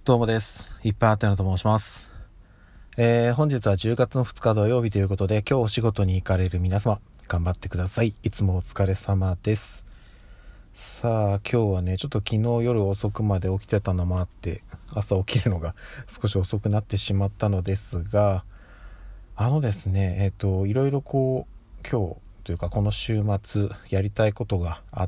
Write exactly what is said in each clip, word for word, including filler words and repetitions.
どうもです。いっぱいあってのと申します。えー、本日はじゅうがつのふつか土曜日ということで、今日お仕事に行かれる皆様、頑張ってください。いつもお疲れ様です。さあ、今日はね、ちょっと昨日夜遅くまで起きてたのもあって、朝起きるのが少し遅くなってしまったのですが、あのですね、えっと、いろいろこう、今日というかこの週末やりたいことがあって、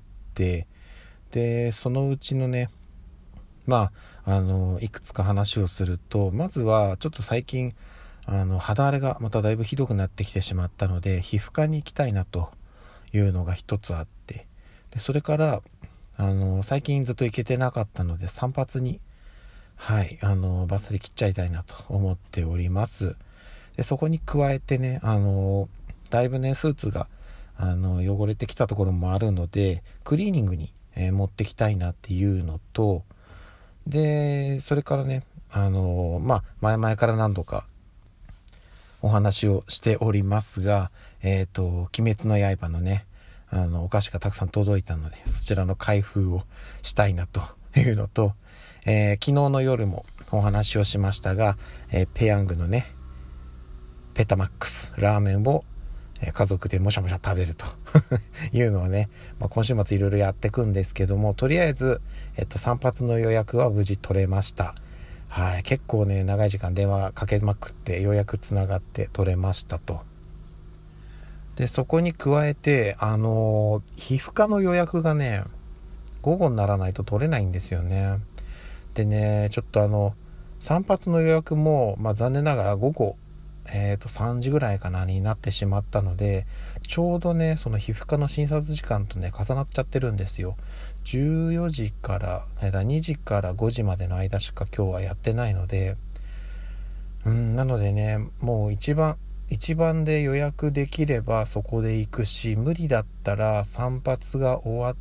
で、そのうちのね、まあ、あのいくつか話をすると、まずはちょっと最近あの肌荒れがまただいぶひどくなってきてしまったので、皮膚科に行きたいなというのが一つあって、でそれからあの最近ずっと行けてなかったので、散髪にはいあのバッサリ切っちゃいたいなと思っております。でそこに加えてね、あのだいぶねスーツがあの汚れてきたところもあるので、クリーニングに、えー持ってきたいなっていうのと、でそれからね、あのまあ前々から何度かお話をしておりますが、えっと鬼滅の刃のね、あのお菓子がたくさん届いたので、そちらの開封をしたいなというのと、えー、昨日の夜もお話をしましたが、えー、ペヤングのねペタマックスラーメンを家族でもしゃもしゃ食べるというのをね、まあ、今週末いろいろやっていくんですけども、とりあえず、えっと、散髪の予約は無事取れました。はい、結構ね長い時間電話かけまくってようやくつながって取れましたと。でそこに加えて、あのー、皮膚科の予約がね午後にならないと取れないんですよね。でね、ちょっとあの散髪の予約も、まあ、残念ながら午後えーとさんじぐらいかなになってしまったので、ちょうどねその皮膚科の診察時間とね重なっちゃってるんですよ。じゅうよじからにじからごじまでの間しか今日はやってないので、うんなのでね、もう一番一番で予約できればそこで行くし、無理だったら散髪が終わって、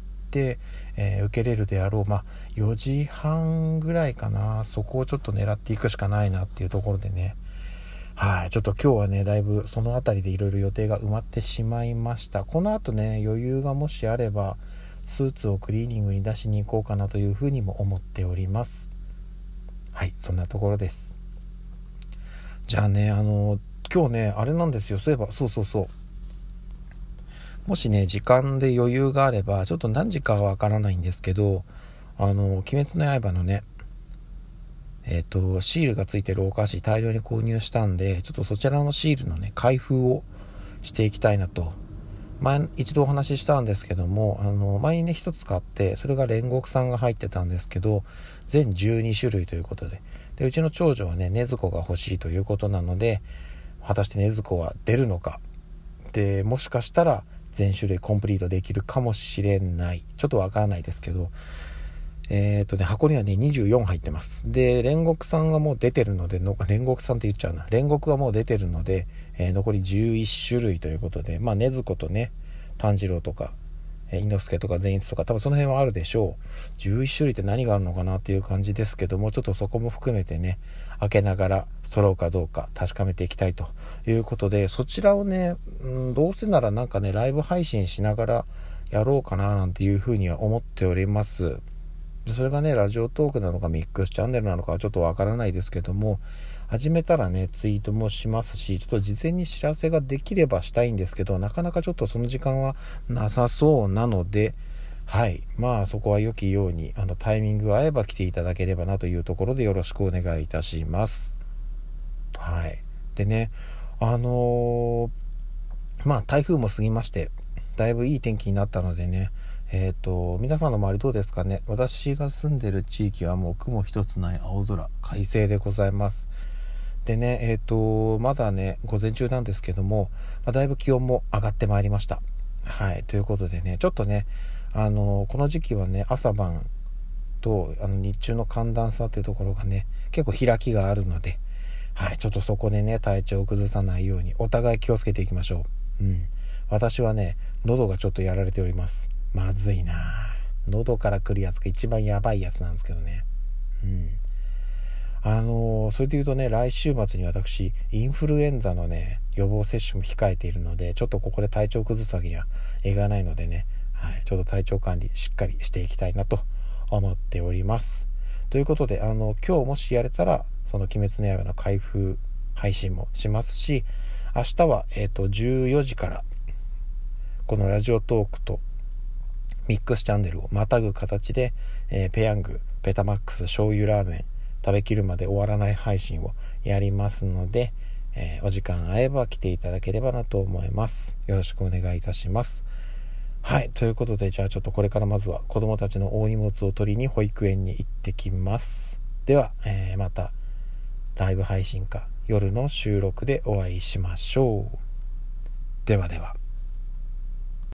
えー受けれるであろう、まあよじはんぐらいかな、そこをちょっと狙っていくしかないなっていうところでね、はい、ちょっと今日はねだいぶそのあたりでいろいろ予定が埋まってしまいました。この後ね余裕がもしあればスーツをクリーニングに出しに行こうかなというふうにも思っております。はい、そんなところです。じゃあね、あの今日ねあれなんですよ、そういえばそうそうそうもしね時間で余裕があれば、ちょっと何時かはわからないんですけど、あの鬼滅の刃のねえっとシールがついてるお菓子大量に購入したんで、ちょっとそちらのシールのね開封をしていきたいなと。前一度お話ししたんですけども、あの前にね一つ買って、それが煉獄さんが入ってたんですけど、全じゅうにしゅるいということで、でうちの長女はね禰豆子が欲しいということなので、果たして禰豆子は出るのか、でもしかしたら全種類コンプリートできるかもしれない、ちょっとわからないですけど、えっとね箱にはねにじゅうよん入ってます。で煉獄さんがもう出てるのでの煉獄さんって言っちゃうな煉獄がもう出てるので、えー、残りじゅういっしゅるいということで、まあ禰豆子とね炭治郎とか伊之助とか善逸とか多分その辺はあるでしょう。じゅういっしゅるいって何があるのかなっていう感じですけども、ちょっとそこも含めてね開けながら揃うかどうか確かめていきたいということで、そちらをね、うん、どうせならなんかねライブ配信しながらやろうかななんていうふうには思っております。それがねラジオトークなのかミックスチャンネルなのかはちょっとわからないですけども、始めたらねツイートもしますし、ちょっと事前に知らせができればしたいんですけど、なかなかちょっとその時間はなさそうなので、はいまあそこは良きようにあのタイミングが合えば来ていただければなというところでよろしくお願いいたします。はいでね、あのー、まあ台風も過ぎまして、だいぶいい天気になったのでね、えっと皆さんの周りどうですかね。私が住んでる地域はもう雲一つない青空快晴でございます。でねえっとまだね午前中なんですけども、まあ、だいぶ気温も上がってまいりました。はいということでね、ちょっとねあのこの時期はね朝晩とあの日中の寒暖差というところがね結構開きがあるので、はいちょっとそこでね体調を崩さないようにお互い気をつけていきましょう。うん私はね喉がちょっとやられております。まずいな、喉から来るやつが一番やばいやつなんですけどね。うんあのー、それで言うとね、来週末に私インフルエンザのね予防接種も控えているので、ちょっとここで体調崩すわけにはいかないのでね、はい、ちょっと体調管理しっかりしていきたいなと思っております。 ということで、あの今日もしやれたらその鬼滅の刃の開封配信もしますし、明日は、えーと、じゅうよじからこのラジオトークとミックスチャンネルをまたぐ形で、えー、ペヤング、ベタマックス、醤油ラーメン食べきるまで終わらない配信をやりますので、えー、お時間合えば来ていただければなと思います。よろしくお願いいたします。はい、ということで、じゃあちょっとこれからまずは子供たちの大荷物を取りに保育園に行ってきます。では、えー、またライブ配信か夜の収録でお会いしましょう。ではでは。